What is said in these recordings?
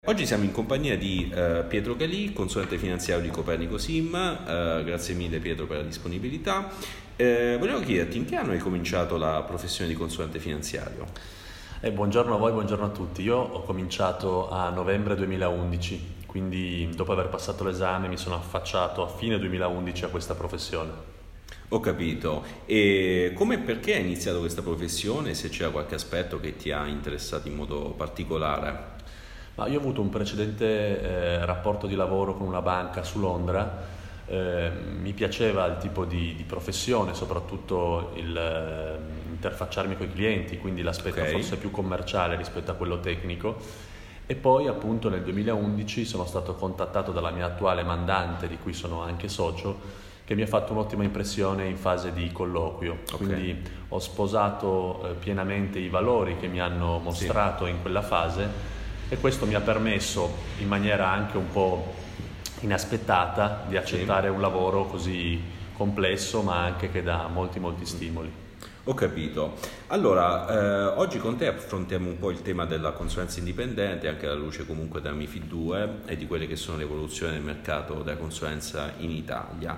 Oggi siamo in compagnia di Pietro Calì, consulente finanziario di Copernico SIM. Grazie mille Pietro per la disponibilità. Volevo chiederti in che anno hai cominciato la professione di consulente finanziario? Buongiorno a voi, buongiorno a tutti. Io ho cominciato a novembre 2011, quindi dopo aver passato l'esame mi sono affacciato a fine 2011 a questa professione. Ho capito. E come e perché hai iniziato questa professione? Se c'era qualche aspetto che ti ha interessato in modo particolare? Io ho avuto un precedente rapporto di lavoro con una banca su Londra. Mi piaceva il tipo di professione, soprattutto interfacciarmi con i clienti, quindi l'aspetto forse più commerciale rispetto a quello tecnico. E poi appunto nel 2011 sono stato contattato dalla mia attuale mandante, di cui sono anche socio, che mi ha fatto un'ottima impressione in fase di colloquio. Quindi ho sposato pienamente i valori che mi hanno mostrato in quella fase. E questo mi ha permesso, in maniera anche un po' inaspettata, di accettare un lavoro così complesso, ma anche che dà molti stimoli. Ho capito. Allora, oggi con te affrontiamo un po' il tema della consulenza indipendente, anche alla luce comunque della MiFID 2 e di quelle che sono le evoluzioni del mercato della consulenza in Italia.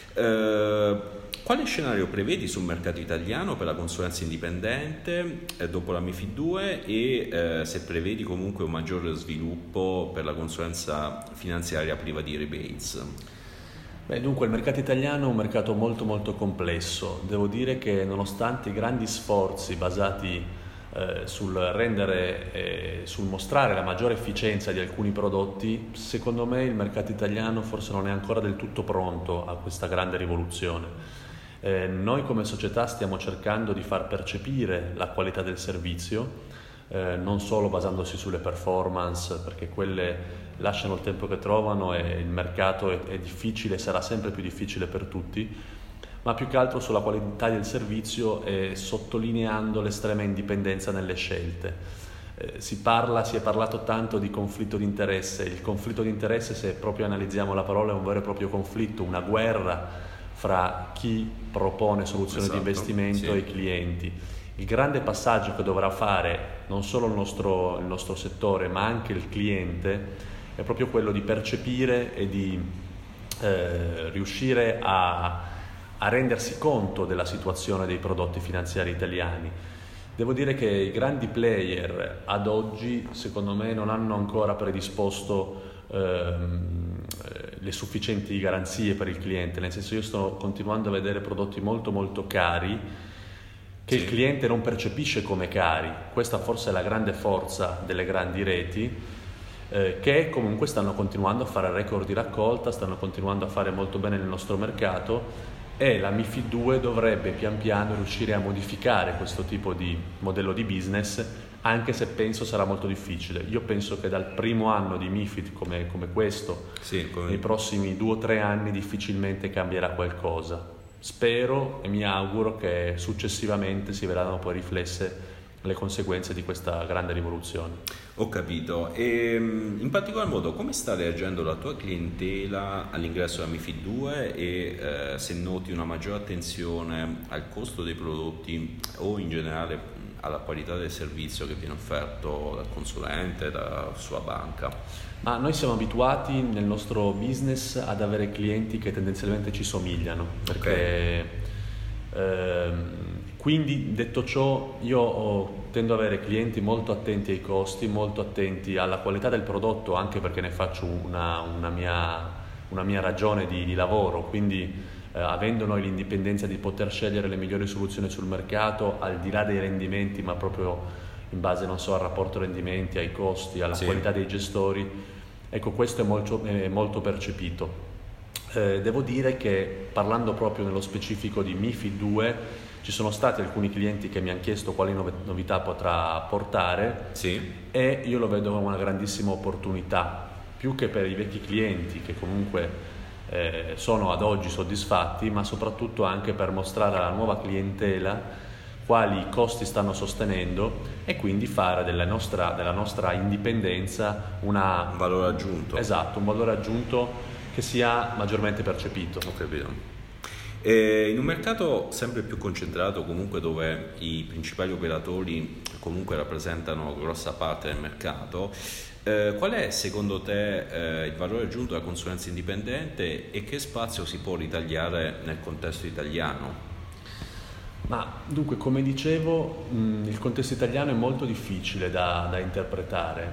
Quale scenario prevedi sul mercato italiano per la consulenza indipendente dopo la MiFID 2 e se prevedi comunque un maggiore sviluppo per la consulenza finanziaria priva di rebates? Dunque il mercato italiano è un mercato molto complesso. Devo dire che nonostante i grandi sforzi basati sul mostrare la maggiore efficienza di alcuni prodotti, secondo me il mercato italiano forse non è ancora del tutto pronto a questa grande rivoluzione. Noi come società stiamo cercando di far percepire la qualità del servizio, non solo basandosi sulle performance, perché quelle lasciano il tempo che trovano e il mercato è difficile, sarà sempre più difficile per tutti, ma più che altro sulla qualità del servizio e sottolineando l'estrema indipendenza nelle scelte. Si è parlato tanto di conflitto di interesse. Il conflitto di interesse, se proprio analizziamo la parola, è un vero e proprio conflitto, una guerra fra chi propone soluzioni di investimento e i clienti. Il grande passaggio che dovrà fare non solo il nostro settore, ma anche il cliente, è proprio quello di percepire e di riuscire a rendersi conto della situazione dei prodotti finanziari italiani. Devo dire che i grandi player ad oggi, secondo me, non hanno ancora predisposto le sufficienti garanzie per il cliente, nel senso, io sto continuando a vedere prodotti molto cari che il cliente non percepisce come cari. Questa forse è la grande forza delle grandi reti, che comunque stanno continuando a fare record di raccolta, stanno continuando a fare molto bene nel nostro mercato, e la MiFID 2 dovrebbe pian piano riuscire a modificare questo tipo di modello di business, anche se penso sarà molto difficile. Io penso che dal primo anno di MiFID come questo, nei prossimi 2 o 3 anni difficilmente cambierà qualcosa. Spero e mi auguro che successivamente si vedranno poi riflesse le conseguenze di questa grande rivoluzione. Ho capito. E in particolar modo come sta reagendo la tua clientela all'ingresso della MiFID 2 e se noti una maggiore attenzione al costo dei prodotti o in generale alla qualità del servizio che viene offerto dal consulente, dalla sua banca? Ma noi siamo abituati nel nostro business ad avere clienti che tendenzialmente ci somigliano, perché quindi, detto ciò, io tendo ad avere clienti molto attenti ai costi, molto attenti alla qualità del prodotto, anche perché ne faccio una mia ragione di lavoro, quindi avendo noi l'indipendenza di poter scegliere le migliori soluzioni sul mercato, al di là dei rendimenti, ma proprio in base, non so, al rapporto rendimenti, ai costi, alla qualità dei gestori, ecco, questo è molto percepito. Devo dire che, parlando proprio nello specifico di MiFID 2, ci sono stati alcuni clienti che mi hanno chiesto quali novità potrà portare, e io lo vedo come una grandissima opportunità, più che per i vecchi clienti che comunque sono ad oggi soddisfatti, ma soprattutto anche per mostrare alla nuova clientela quali costi stanno sostenendo e quindi fare della nostra indipendenza un valore aggiunto. Esatto, un valore aggiunto che sia maggiormente percepito. Ho capito. In un mercato sempre più concentrato, comunque, dove i principali operatori comunque rappresentano grossa parte del mercato, Qual è secondo te il valore aggiunto della consulenza indipendente e che spazio si può ritagliare nel contesto italiano? Ma dunque, come dicevo, il contesto italiano è molto difficile da interpretare.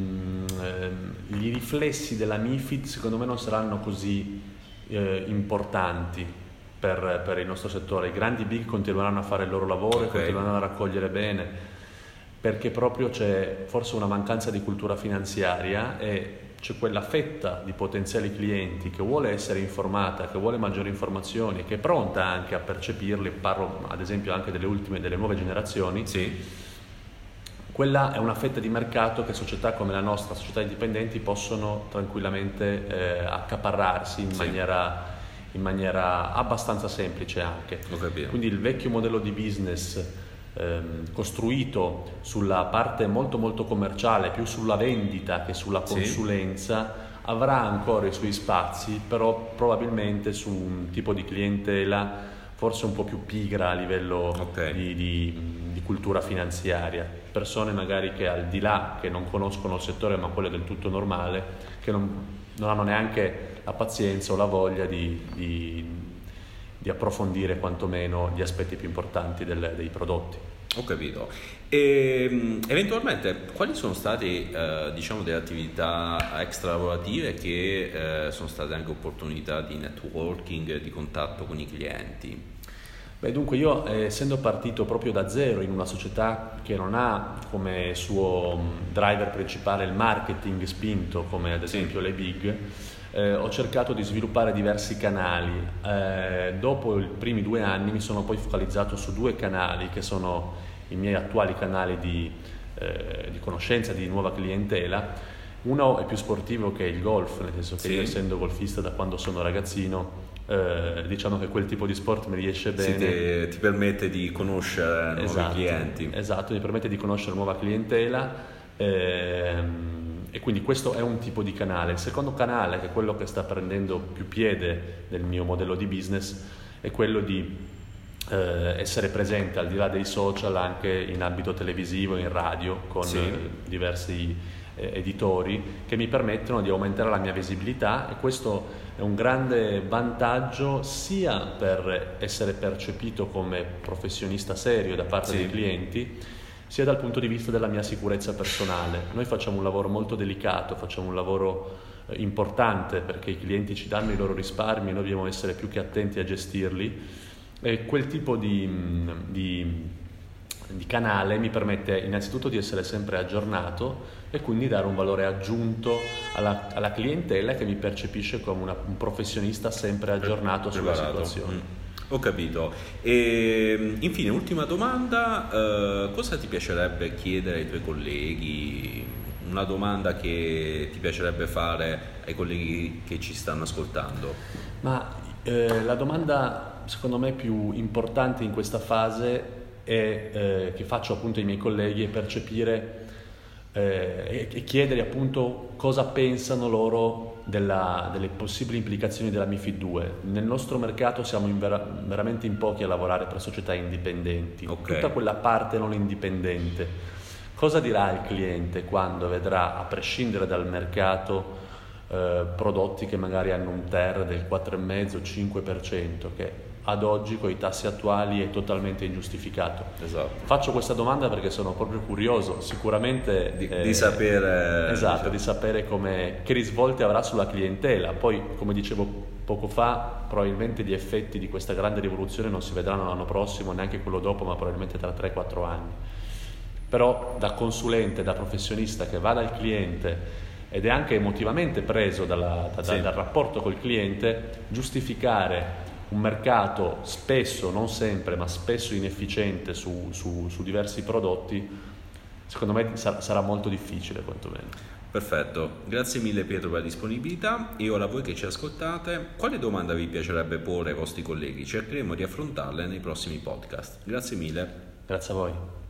I riflessi della MiFID secondo me non saranno così importanti per il nostro settore. I grandi big continueranno a fare il loro lavoro, continueranno a raccogliere bene, perché proprio c'è forse una mancanza di cultura finanziaria e c'è quella fetta di potenziali clienti che vuole essere informata, che vuole maggiori informazioni, che è pronta anche a percepirle. Parlo ad esempio anche delle nuove generazioni. Sì. Quella è una fetta di mercato che società come la nostra, società indipendenti, possono tranquillamente accaparrarsi in maniera abbastanza semplice anche. Ho capito. Quindi il vecchio modello di business costruito sulla parte molto molto commerciale, più sulla vendita che sulla consulenza, avrà ancora i suoi spazi, però probabilmente su un tipo di clientela forse un po' più pigra a livello di cultura finanziaria, persone magari che al di là, che non conoscono il settore, ma quello è del tutto normale, che non hanno neanche la pazienza o la voglia di approfondire quantomeno gli aspetti più importanti dei prodotti. Ho capito. E eventualmente quali sono state delle attività extra lavorative che sono state anche opportunità di networking, di contatto con i clienti? Dunque io, essendo partito proprio da zero in una società che non ha come suo driver principale il marketing spinto come ad esempio le big, ho cercato di sviluppare diversi canali. Dopo i primi 2 anni mi sono poi focalizzato su 2 canali che sono i miei attuali canali di conoscenza di nuova clientela. Uno è più sportivo, che è il golf, nel senso che io, essendo golfista da quando sono ragazzino, diciamo che quel tipo di sport mi riesce bene. Ti permette di conoscere nuovi clienti. Esatto, mi permette di conoscere nuova clientela. E quindi questo è un tipo di canale. Il secondo canale, che è quello che sta prendendo più piede nel mio modello di business, è quello di essere presente al di là dei social anche in ambito televisivo, in radio, con diversi editori che mi permettono di aumentare la mia visibilità, e questo è un grande vantaggio sia per essere percepito come professionista serio da parte dei clienti, sia dal punto di vista della mia sicurezza personale. Noi facciamo un lavoro molto delicato, facciamo un lavoro importante, perché i clienti ci danno i loro risparmi e noi dobbiamo essere più che attenti a gestirli, e quel tipo di canale mi permette innanzitutto di essere sempre aggiornato e quindi dare un valore aggiunto alla clientela, che mi percepisce come un professionista sempre aggiornato sulla situazione. Ho capito. E infine, ultima domanda, cosa ti piacerebbe chiedere ai tuoi colleghi? Una domanda che ti piacerebbe fare ai colleghi che ci stanno ascoltando? La domanda secondo me più importante in questa fase è che faccio appunto ai miei colleghi, è percepire e chiedere appunto cosa pensano loro delle possibili implicazioni della MiFID 2. Nel nostro mercato siamo veramente in pochi a lavorare per società indipendenti. Tutta quella parte non indipendente, cosa dirà il cliente quando vedrà, a prescindere dal mercato, prodotti che magari hanno un TER del 4,5-5%, che ad oggi con i tassi attuali è totalmente ingiustificato. Faccio questa domanda perché sono proprio curioso sicuramente di sapere di sapere che risvolte avrà sulla clientela. Poi, come dicevo poco fa, probabilmente gli effetti di questa grande rivoluzione non si vedranno l'anno prossimo, neanche quello dopo, ma probabilmente tra 3-4 anni. Però da consulente, da professionista che va dal cliente ed è anche emotivamente preso dal rapporto col cliente, giustificare un mercato spesso, non sempre, ma spesso inefficiente su diversi prodotti, secondo me sarà molto difficile quantomeno. Perfetto, grazie mille Pietro per la disponibilità, e ora voi che ci ascoltate, quale domanda vi piacerebbe porre ai vostri colleghi? Cercheremo di affrontarle nei prossimi podcast. Grazie mille. Grazie a voi.